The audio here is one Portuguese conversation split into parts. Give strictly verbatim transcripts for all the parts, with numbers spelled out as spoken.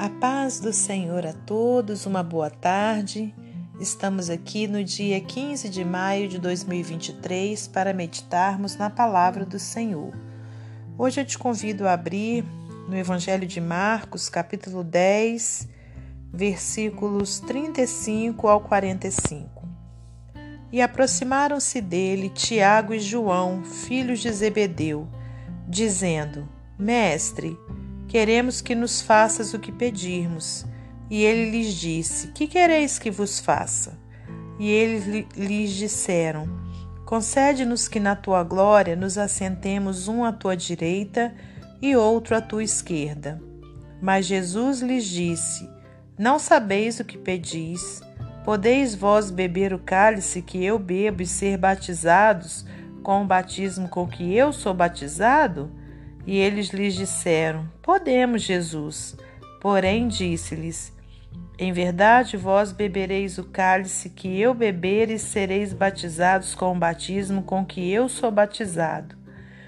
A paz do Senhor a todos, uma boa tarde. Estamos aqui no dia quinze de maio de dois mil e vinte e três para meditarmos na palavra do Senhor. Hoje eu te convido a abrir no Evangelho de Marcos, capítulo dez, versículos trinta e cinco ao quarenta e cinco. E aproximaram-se dele Tiago e João, filhos de Zebedeu, dizendo: Mestre, queremos que nos faças o que pedirmos. E ele lhes disse: Que quereis que vos faça? E eles lhes disseram: Concede-nos que na tua glória nos assentemos um à tua direita e outro à tua esquerda. Mas Jesus lhes disse: Não sabeis o que pedis. Podeis vós beber o cálice que eu bebo e ser batizados com o batismo com que eu sou batizado? E eles lhes disseram: Podemos, Jesus. Porém disse-lhes: Em verdade vós bebereis o cálice que eu beber e sereis batizados com o batismo com que eu sou batizado.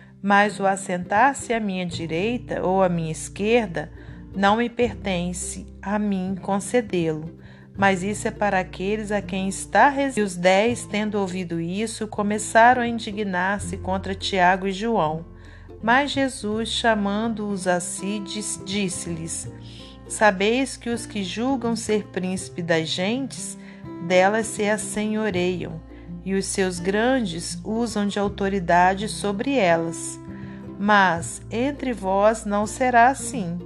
Mas o assentar-se à minha direita ou à minha esquerda não me pertence a mim concedê-lo, mas isso é para aqueles a quem está reservado. E os dez, tendo ouvido isso, começaram a indignar-se contra Tiago e João. Mas Jesus, chamando-os a si, disse-lhes: Sabeis que os que julgam ser príncipe das gentes, delas se assenhoreiam, e os seus grandes usam de autoridade sobre elas. Mas entre vós não será assim.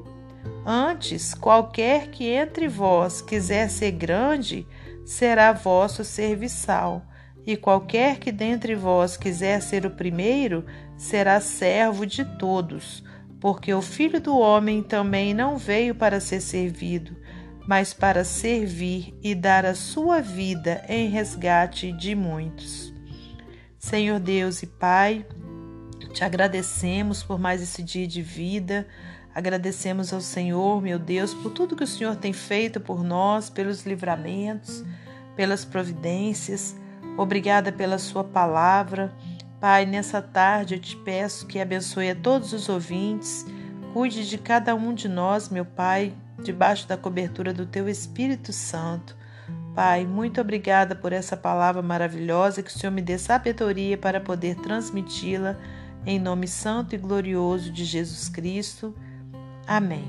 Antes, qualquer que entre vós quiser ser grande, será vosso serviçal. E qualquer que dentre vós quiser ser o primeiro, será servo de todos, porque o Filho do Homem também não veio para ser servido, mas para servir e dar a sua vida em resgate de muitos. Senhor Deus e Pai, te agradecemos por mais esse dia de vida, agradecemos ao Senhor, meu Deus, por tudo que o Senhor tem feito por nós, pelos livramentos, pelas providências. Obrigada pela sua palavra. Pai, nessa tarde eu te peço que abençoe a todos os ouvintes, cuide de cada um de nós, meu Pai, debaixo da cobertura do Teu Espírito Santo. Pai, muito obrigada por essa palavra maravilhosa, que o Senhor me dê sabedoria para poder transmiti-la, em nome santo e glorioso de Jesus Cristo. Amém.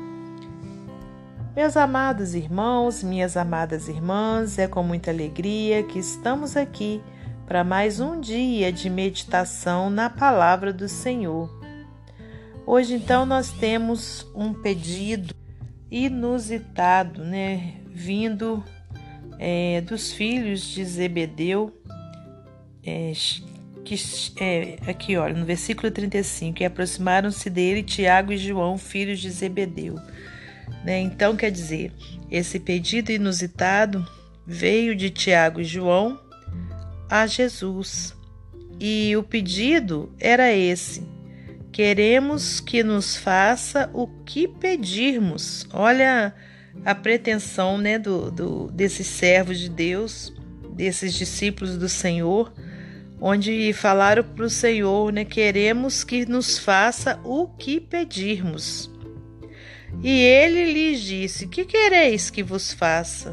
Meus amados irmãos, minhas amadas irmãs, é com muita alegria que estamos aqui para mais um dia de meditação na palavra do Senhor. Hoje, então, nós temos um pedido inusitado, né, vindo é, dos filhos de Zebedeu, é, que, é, aqui, olha, no versículo trinta e cinco, e aproximaram-se dele Tiago e João, filhos de Zebedeu. Né? Então, quer dizer, esse pedido inusitado veio de Tiago e João a Jesus. E o pedido era esse: queremos que nos faça o que pedirmos. Olha a pretensão, né, do, do, desses servos de Deus, desses discípulos do Senhor, onde falaram para o Senhor, né, queremos que nos faça o que pedirmos. E ele lhes disse: Que quereis que vos faça?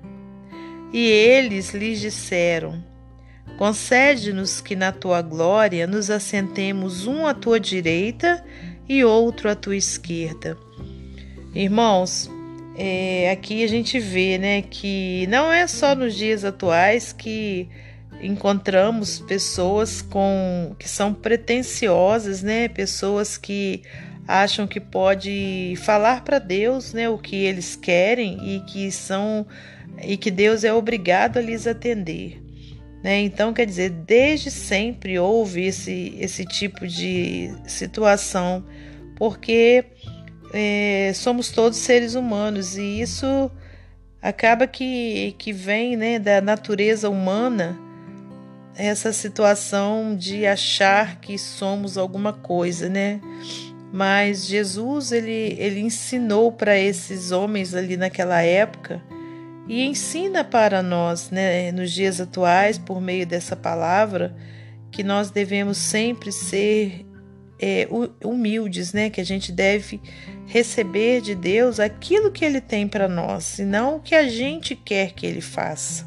E eles lhes disseram: Concede-nos que na tua glória nos assentemos um à tua direita e outro à tua esquerda. Irmãos, é, aqui a gente vê, né, que não é só nos dias atuais que encontramos pessoas com, que são pretensiosas, né, pessoas que acham que pode falar para Deus, né, o que eles querem e que são e que Deus é obrigado a lhes atender, né? Então, quer dizer, desde sempre houve esse, esse tipo de situação, porque é, somos todos seres humanos e isso acaba que, que vem, né, da natureza humana, essa situação de achar que somos alguma coisa, né? Mas Jesus, ele, ele ensinou para esses homens ali naquela época e ensina para nós, né, nos dias atuais, por meio dessa palavra, que nós devemos sempre ser é, humildes, né? Que a gente deve receber de Deus aquilo que Ele tem para nós, e não o que a gente quer que Ele faça.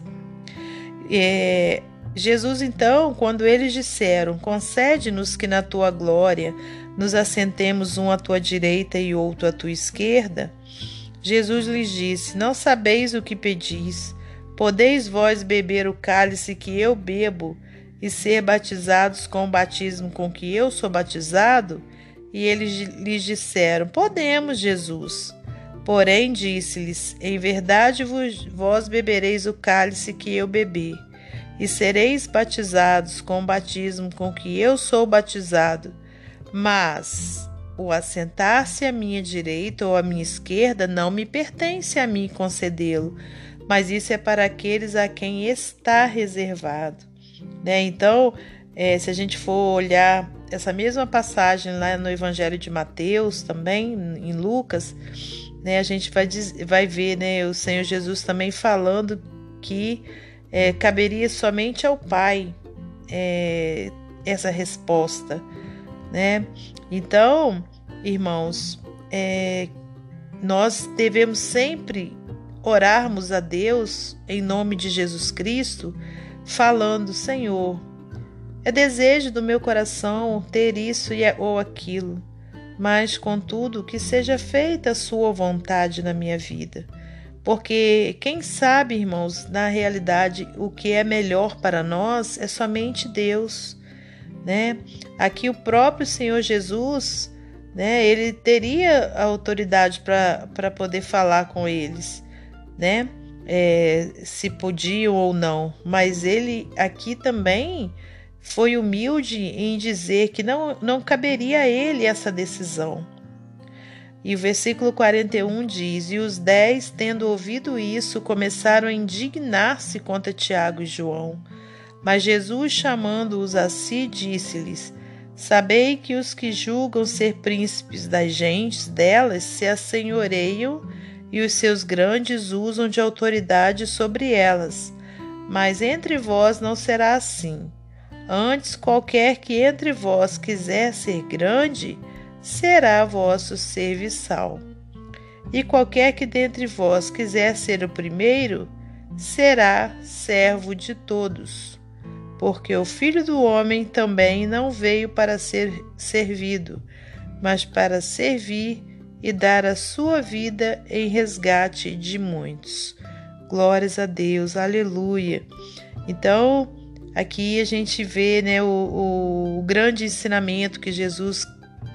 É, Jesus, então, quando eles disseram: concede-nos que na tua glória nos assentemos um à tua direita e outro à tua esquerda, Jesus lhes disse: não sabeis o que pedis. Podeis vós beber o cálice que eu bebo e ser batizados com o batismo com que eu sou batizado? E eles lhes disseram: podemos, Jesus. Porém disse-lhes: em verdade vós bebereis o cálice que eu beber, e sereis batizados com o batismo com que eu sou batizado. Mas o assentar-se à minha direita ou à minha esquerda não me pertence a mim concedê-lo, mas isso é para aqueles a quem está reservado. Né? Então, é, se a gente for olhar essa mesma passagem lá no Evangelho de Mateus, também em Lucas, né, a gente vai, vai ver, né, o Senhor Jesus também falando que é, caberia somente ao Pai é, essa resposta. Né? Então, irmãos, é, nós devemos sempre orarmos a Deus em nome de Jesus Cristo, falando: Senhor, é desejo do meu coração ter isso ou aquilo, mas, contudo, que seja feita a sua vontade na minha vida. Porque quem sabe, irmãos, na realidade, o que é melhor para nós é somente Deus. Né? Aqui o próprio Senhor Jesus, né, ele teria a autoridade para poder falar com eles, né? É, se podiam ou não, mas ele aqui também foi humilde em dizer que não, não caberia a ele essa decisão. E o versículo quarenta e um diz: e os dez, tendo ouvido isso, começaram a indignar-se contra Tiago e João. Mas Jesus, chamando-os a si, disse-lhes: sabei que os que julgam ser príncipes das gentes delas se assenhoreiam, e os seus grandes usam de autoridade sobre elas. Mas entre vós não será assim. Antes, qualquer que entre vós quiser ser grande, será vosso serviçal. E qualquer que dentre vós quiser ser o primeiro, será servo de todos. Porque o Filho do Homem também não veio para ser servido, mas para servir e dar a sua vida em resgate de muitos. Glórias a Deus, aleluia. Então, aqui a gente vê, né, o, o grande ensinamento que Jesus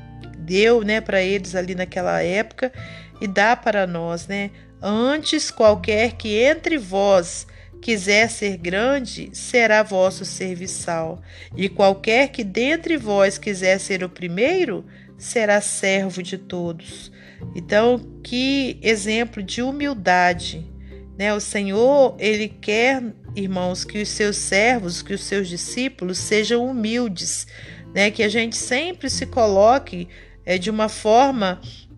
deu, né, para eles ali naquela época e dá para nós, né? Antes, qualquer que entre vós quiser ser grande, será vosso serviçal, e qualquer que dentre vós quiser ser o primeiro, será servo de todos. Então, que exemplo de humildade, né? O Senhor, Ele quer, irmãos, que os seus servos, que os seus discípulos sejam humildes, né? Que a gente sempre se coloque é, de uma forma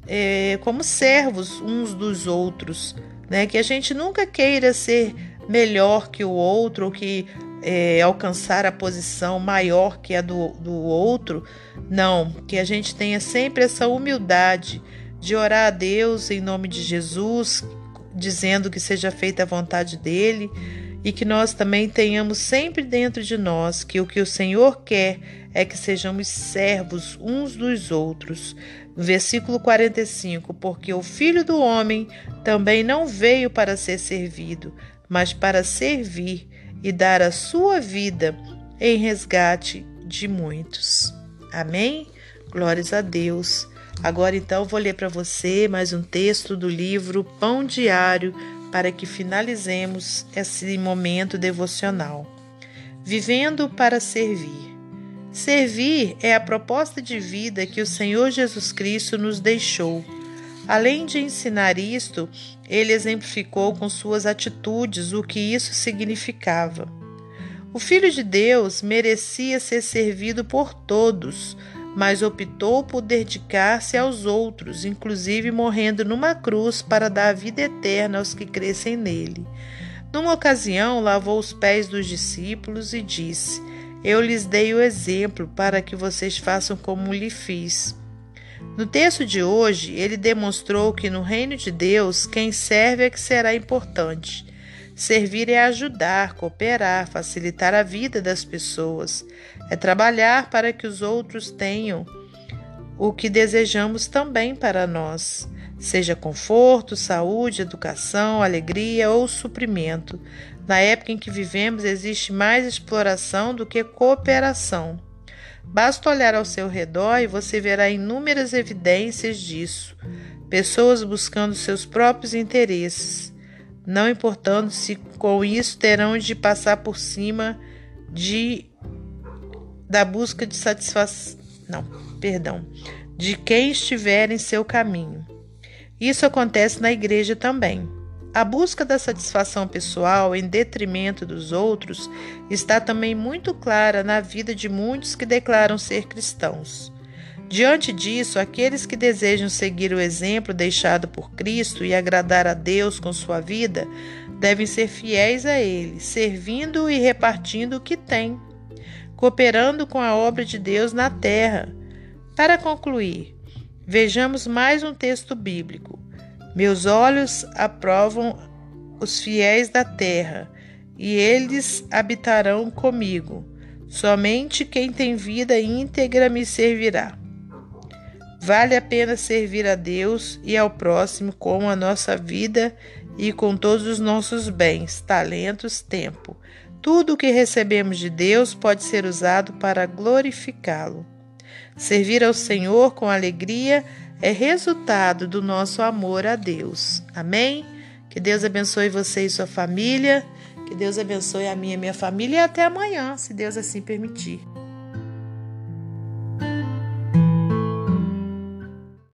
é, como servos uns dos outros, né? Que a gente nunca queira ser melhor que o outro, ou que é, alcançar a posição maior que a do, do outro. Não, que a gente tenha sempre essa humildade de orar a Deus em nome de Jesus, dizendo que seja feita a vontade dele, e que nós também tenhamos sempre dentro de nós que o que o Senhor quer é que sejamos servos uns dos outros. No versículo quarenta e cinco, porque o Filho do Homem também não veio para ser servido, mas para servir e dar a sua vida em resgate de muitos. Amém? Glórias a Deus. Agora então vou ler para você mais um texto do livro Pão Diário para que finalizemos esse momento devocional. Vivendo para servir. Servir é a proposta de vida que o Senhor Jesus Cristo nos deixou. Além de ensinar isto, ele exemplificou com suas atitudes o que isso significava. O Filho de Deus merecia ser servido por todos, mas optou por dedicar-se aos outros, inclusive morrendo numa cruz para dar a vida eterna aos que crescem nele. Numa ocasião, lavou os pés dos discípulos e disse: Eu lhes dei o exemplo para que vocês façam como lhe fiz. No texto de hoje, ele demonstrou que no reino de Deus, quem serve é que será importante. Servir é ajudar, cooperar, facilitar a vida das pessoas. É trabalhar para que os outros tenham o que desejamos também para nós, seja conforto, saúde, educação, alegria ou suprimento. Na época em que vivemos, existe mais exploração do que cooperação. Basta olhar ao seu redor e você verá inúmeras evidências disso. Pessoas buscando seus próprios interesses, não importando se com isso terão de passar por cima de da busca de satisfação, não, perdão, de quem estiver em seu caminho. Isso acontece na igreja também. A busca da satisfação pessoal em detrimento dos outros está também muito clara na vida de muitos que declaram ser cristãos. Diante disso, aqueles que desejam seguir o exemplo deixado por Cristo e agradar a Deus com sua vida, devem ser fiéis a Ele, servindo e repartindo o que têm, cooperando com a obra de Deus na terra. Para concluir, vejamos mais um texto bíblico. Meus olhos aprovam os fiéis da terra, e eles habitarão comigo. Somente quem tem vida íntegra me servirá. Vale a pena servir a Deus e ao próximo com a nossa vida e com todos os nossos bens, talentos, tempo. Tudo o que recebemos de Deus pode ser usado para glorificá-lo. Servir ao Senhor com alegria é resultado do nosso amor a Deus. Amém? Que Deus abençoe você e sua família. Que Deus abençoe a minha e a minha família. E até amanhã, se Deus assim permitir.